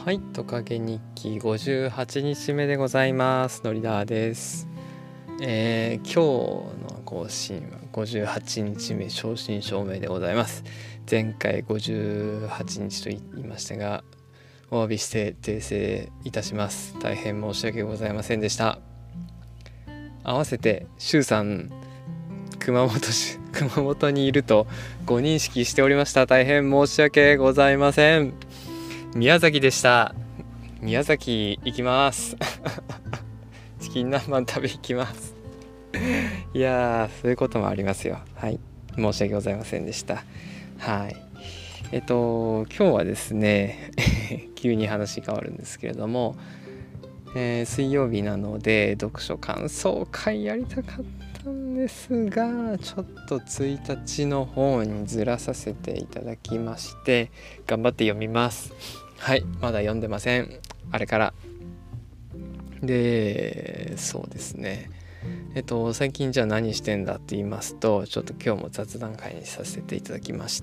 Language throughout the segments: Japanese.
はい、トカゲ日記58日目でございます。のりだーです。今日の更新は58日目正真正銘でございます。前回58日と言いましたが、お詫びして訂正いたします。大変申し訳ございませんでした。合わせて周さん熊本にいるとご認識しておりました。大変申し訳ございません。宮崎でした。宮崎行きますチキン南蛮食べ行きますいやそういうこともありますよ。はい、申し訳ございませんでした。はい、今日はですね急に話変わるんですけれども、水曜日なので読書感想会やりたかったんですが、ちょっと1日の方にずらさせていただきまして、頑張って読みます。はい、まだ読んでません。あれからで、そうですね、最近じゃあ何してんだって言いますと、ちょっと今日も雑談会にさせていただきまして、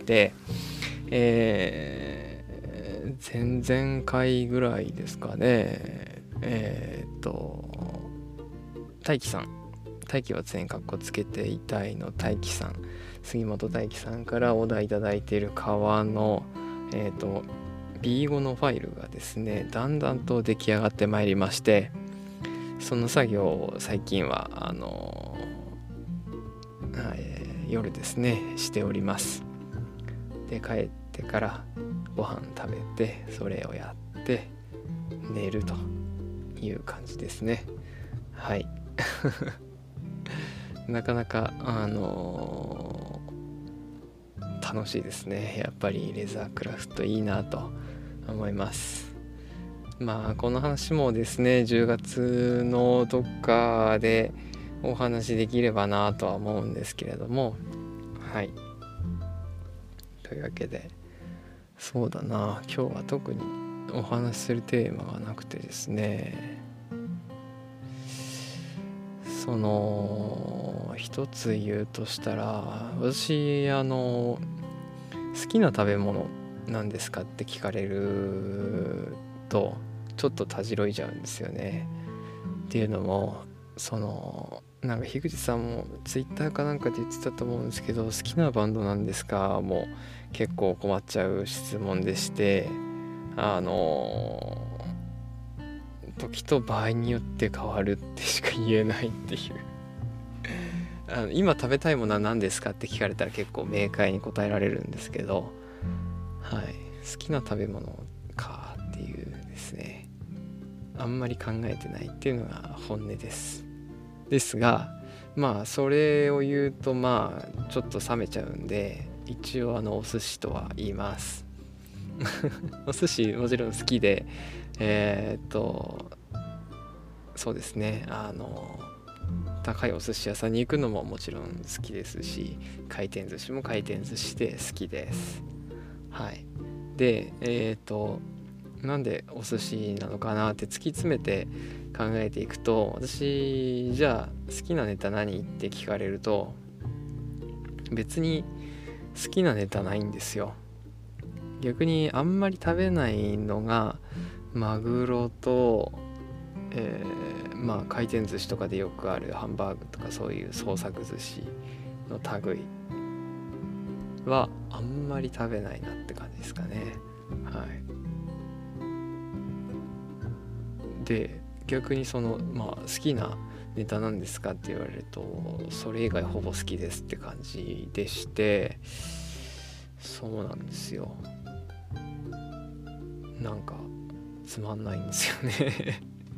前々回ぐらいですかね、大輝は常にカッコつけていたいの大輝さん、杉本大輝さんからお題いただいている川のB5 のファイルがですね、だんだんと出来上がってまいりまして、その作業を最近は夜ですねしております。で、帰ってからご飯食べて、それをやって寝るという感じですね。はいなかなか楽しいですね。やっぱりレザークラフトいいなと思います。まあこの話もですね、10月のどっかでお話できればなとは思うんですけれども、はい、というわけで、そうだな、今日は特にお話しするテーマがなくてですね、その一つ言うとしたら、私好きな食べ物なんですかって聞かれるとちょっとたじろいじゃうんですよね。っていうのも、なんか樋口さんもツイッターかなんかで言ってたと思うんですけど、好きなバンドなんですかもう結構困っちゃう質問でして、時と場合によって変わるってしか言えないっていう今食べたいものは何ですかって聞かれたら結構明快に答えられるんですけど、はい、好きな食べ物かっていうですね、あんまり考えてないっていうのが本音ですが、まあそれを言うとまあちょっと冷めちゃうんで、一応お寿司とは言いますお寿司もちろん好きで、そうですね、高いお寿司屋さんに行くのももちろん好きですし、回転寿司も回転寿司で好きです。はい。で、なんでお寿司なのかなって突き詰めて考えていくと、私じゃあ好きなネタ何って聞かれると、別に好きなネタないんですよ。逆にあんまり食べないのがマグロと、まあ回転寿司とかでよくあるハンバーグとか、そういう創作寿司の類はあんまり食べないなって感じですかね。はい。で、逆にまあ好きなネタなんですかって言われると、それ以外ほぼ好きですって感じでして、そうなんですよ。なんかつまんないんですよね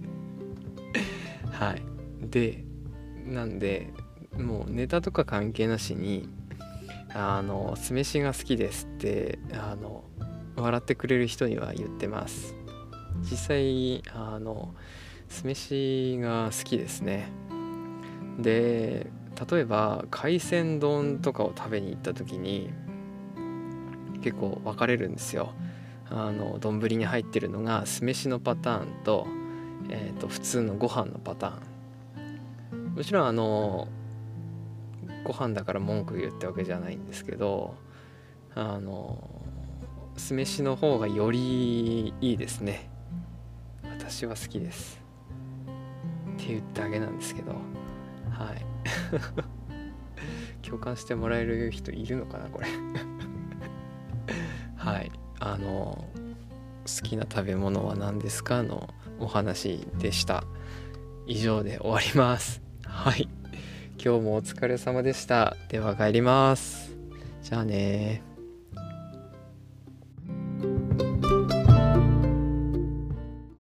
はい。で、なんでもうネタとか関係なしに酢飯が好きですって笑ってくれる人には言ってます。実際酢飯が好きですね。で、例えば海鮮丼とかを食べに行った時に結構分かれるんですよ。丼に入ってるのが酢飯のパターンと、普通のご飯のパターン。もちろんご飯だから文句言うってわけじゃないんですけど、酢飯の方がよりいいですね。 私は好きですって言っただけなんですけど、はい共感してもらえる人いるのかなこれはい、好きな食べ物は何ですかのお話でした。以上で終わります。はい、今日もお疲れ様でした。では帰ります。じゃあね。